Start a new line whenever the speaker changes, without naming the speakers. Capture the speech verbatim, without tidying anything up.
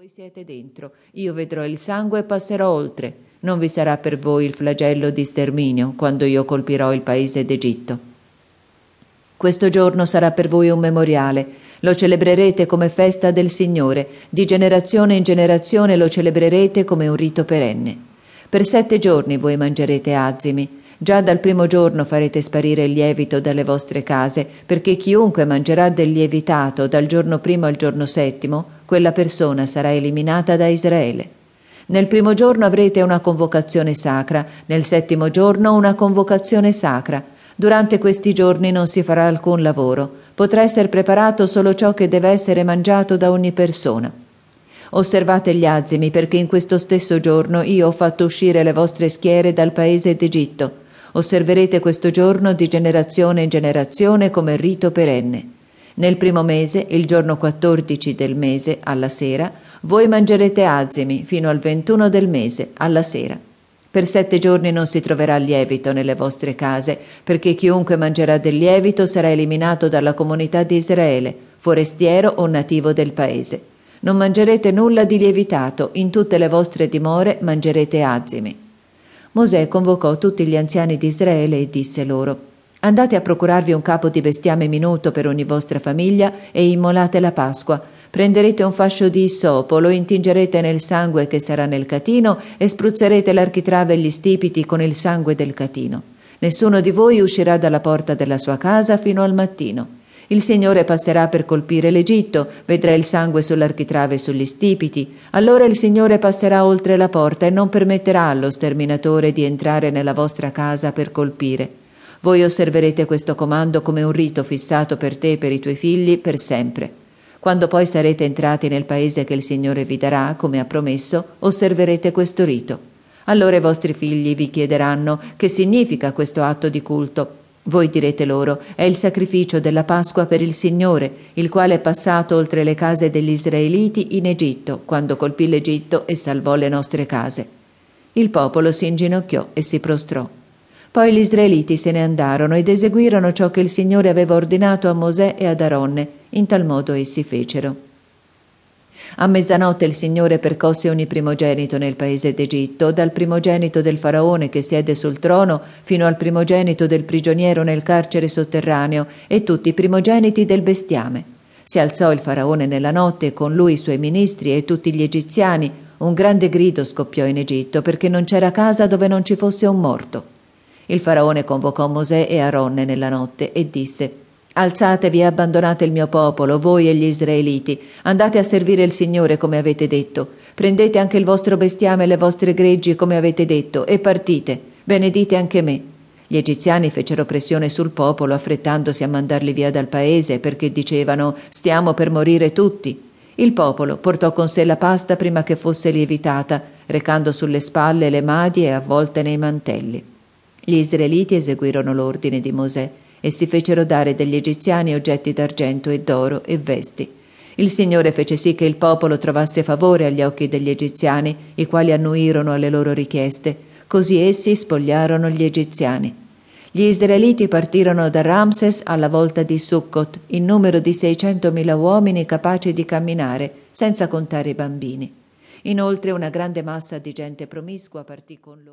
Voi siete dentro, io vedrò il sangue e passerò oltre. Non vi sarà per voi il flagello di sterminio quando io colpirò il paese d'Egitto. Questo giorno sarà per voi un memoriale, lo celebrerete come festa del Signore, di generazione in generazione lo celebrerete come un rito perenne. Per sette giorni voi mangerete azimi. Già dal primo giorno farete sparire il lievito dalle vostre case, perché chiunque mangerà del lievitato dal giorno primo al giorno settimo, quella persona sarà eliminata da Israele. Nel primo giorno avrete una convocazione sacra, nel settimo giorno una convocazione sacra. Durante questi giorni non si farà alcun lavoro. Potrà essere preparato solo ciò che deve essere mangiato da ogni persona. Osservate gli azimi, perché in questo stesso giorno io ho fatto uscire le vostre schiere dal paese d'Egitto. Osserverete questo giorno di generazione in generazione come rito perenne. Nel primo mese, il giorno quattordici del mese, alla sera, voi mangerete azimi fino al ventuno del mese, alla sera. Per sette giorni non si troverà lievito nelle vostre case, perché chiunque mangerà del lievito sarà eliminato dalla comunità di Israele, forestiero o nativo del paese. Non mangerete nulla di lievitato, in tutte le vostre dimore mangerete azimi. Mosè convocò tutti gli anziani di Israele e disse loro: andate a procurarvi un capo di bestiame minuto per ogni vostra famiglia e immolate la Pasqua. Prenderete un fascio di issopo, lo intingerete nel sangue che sarà nel catino e spruzzerete l'architrave e gli stipiti con il sangue del catino. Nessuno di voi uscirà dalla porta della sua casa fino al mattino. Il Signore passerà per colpire l'Egitto, vedrà il sangue sull'architrave e sugli stipiti. Allora il Signore passerà oltre la porta e non permetterà allo sterminatore di entrare nella vostra casa per colpire. Voi osserverete questo comando come un rito fissato per te e per i tuoi figli per sempre. Quando poi sarete entrati nel paese che il Signore vi darà, come ha promesso, osserverete questo rito. Allora i vostri figli vi chiederanno che significa questo atto di culto. Voi direte loro: è il sacrificio della Pasqua per il Signore, il quale è passato oltre le case degli Israeliti in Egitto, quando colpì l'Egitto e salvò le nostre case. Il popolo si inginocchiò e si prostrò. Poi gli Israeliti se ne andarono ed eseguirono ciò che il Signore aveva ordinato a Mosè e ad Aronne, in tal modo essi fecero. A mezzanotte il Signore percosse ogni primogenito nel paese d'Egitto, dal primogenito del faraone che siede sul trono fino al primogenito del prigioniero nel carcere sotterraneo e tutti i primogeniti del bestiame. Si alzò il faraone nella notte e con lui i suoi ministri e tutti gli egiziani. Un grande grido scoppiò in Egitto perché non c'era casa dove non ci fosse un morto. Il faraone convocò Mosè e Aronne nella notte e disse: alzatevi e abbandonate il mio popolo, voi e gli israeliti. Andate a servire il Signore come avete detto. Prendete anche il vostro bestiame e le vostre greggi come avete detto e partite. Benedite anche me. Gli egiziani fecero pressione sul popolo affrettandosi a mandarli via dal paese perché dicevano: stiamo per morire tutti. Il popolo portò con sé la pasta prima che fosse lievitata, recando sulle spalle le madie avvolte nei mantelli. Gli israeliti eseguirono l'ordine di Mosè e si fecero dare dagli egiziani oggetti d'argento e d'oro e vesti. Il Signore fece sì che il popolo trovasse favore agli occhi degli egiziani, i quali annuirono alle loro richieste. Così essi spogliarono gli egiziani. Gli israeliti partirono da Ramses alla volta di Succot, in numero di seicentomila uomini capaci di camminare, senza contare i bambini. Inoltre una grande massa di gente promiscua partì con loro.